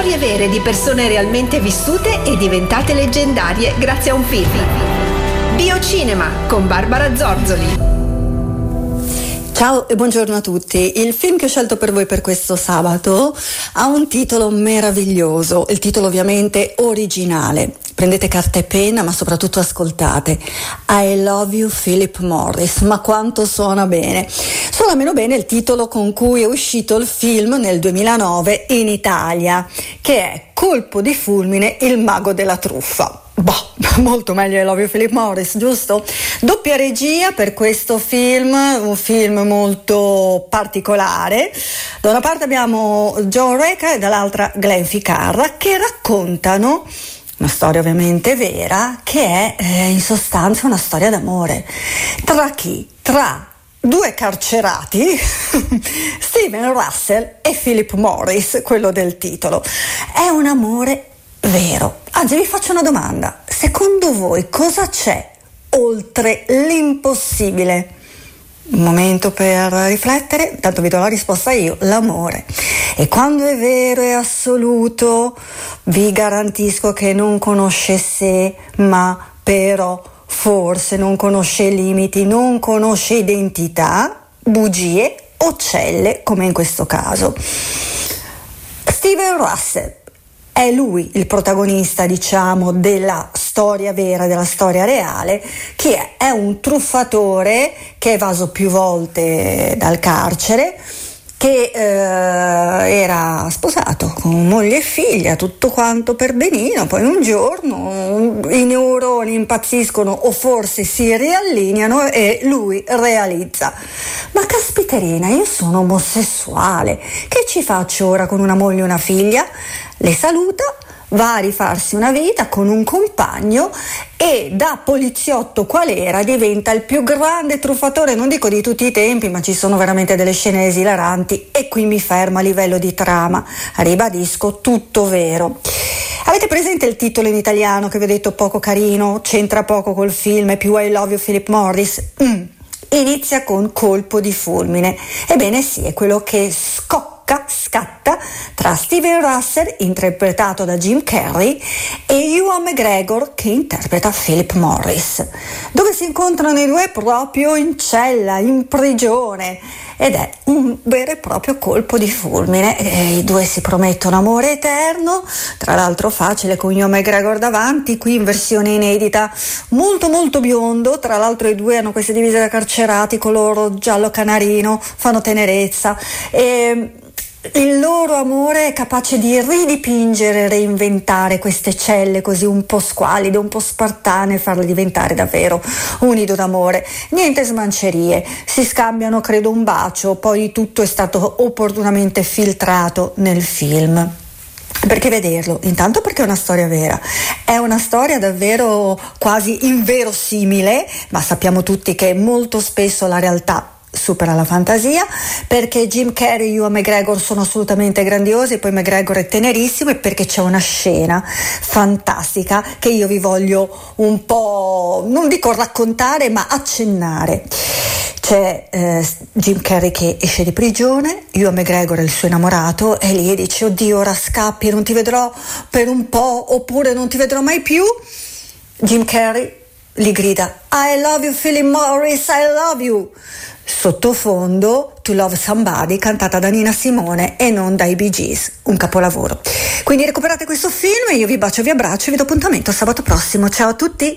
Storie vere di persone realmente vissute e diventate leggendarie grazie a un film. Biocinema con Barbara Zorzoli. Ciao e buongiorno a tutti. Il film che ho scelto per voi per questo sabato ha un titolo meraviglioso, il titolo ovviamente originale. Prendete carta e penna, ma soprattutto ascoltate. I Love You Philip Morris, ma quanto suona bene. Suona meno bene il titolo con cui è uscito il film nel 2009 in Italia, che è Colpo di fulmine, il mago della truffa. Molto meglio I Love You Philip Morris, giusto? Doppia regia per questo film, un film molto particolare. Da una parte abbiamo John Reca e dall'altra Glenn Ficarra, che raccontano una storia ovviamente vera, che è in sostanza una storia d'amore. Tra chi? Tra due carcerati, Steven Russell e Philip Morris, quello del titolo. È un amore vero. Anzi, vi faccio una domanda. Secondo voi cosa c'è oltre l'impossibile? Un momento per riflettere, tanto vi do la risposta io: l'amore. E quando è vero e assoluto, vi garantisco che non conosce se, ma però, forse, non conosce limiti, non conosce identità, bugie o celle, come in questo caso. Steven Russell è lui il protagonista, diciamo, della storia vera, della storia reale. Chi è? È un truffatore che è evaso più volte dal carcere, che era sposato con moglie e figlia, tutto quanto per benino. Poi un giorno i neuroni impazziscono o forse si riallineano e lui realizza: ma caspiterina, io sono omosessuale, che ci faccio ora con una moglie e una figlia? Le saluta, va a rifarsi una vita con un compagno e da poliziotto qual era diventa il più grande truffatore, non dico di tutti i tempi, ma ci sono veramente delle scene esilaranti. E qui mi fermo a livello di trama, ribadisco, tutto vero. Avete presente il titolo in italiano che vi ho detto poco carino, c'entra poco col film, è più I Love You Philip Morris? Inizia con colpo di fulmine. Ebbene sì, è quello che scatta tra Steven Russell, interpretato da Jim Carrey, e Ewan McGregor, che interpreta Philip Morris, dove si incontrano i due proprio in cella, in prigione, ed è un vero e proprio colpo di fulmine. I due si promettono amore eterno, tra l'altro facile con Ewan McGregor davanti, qui in versione inedita, molto molto biondo. Tra l'altro i due hanno queste divise da carcerati, color giallo canarino, fanno tenerezza, e il loro amore è capace di ridipingere, reinventare queste celle così un po' squalide, un po' spartane, e farle diventare davvero un nido d'amore. Niente smancerie, si scambiano credo un bacio, poi tutto è stato opportunamente filtrato nel film. Perché vederlo? Intanto perché è una storia vera, è una storia davvero quasi inverosimile, ma sappiamo tutti che molto spesso la realtà supera la fantasia, perché Jim Carrey e Ewan McGregor sono assolutamente grandiosi, poi McGregor è tenerissimo, e perché c'è una scena fantastica che io vi voglio un po', non dico raccontare, ma accennare. C'è Jim Carrey che esce di prigione, Ewan McGregor è il suo innamorato, e lì dice: oddio, ora scappi, non ti vedrò per un po', oppure non ti vedrò mai più. Jim Carrey gli grida: I love you Philip Morris, I love you. Sottofondo To Love Somebody, cantata da Nina Simone e non dai Bee Gees, un capolavoro. Quindi recuperate questo film, io vi bacio, vi abbraccio e vi do appuntamento sabato prossimo. Ciao a tutti!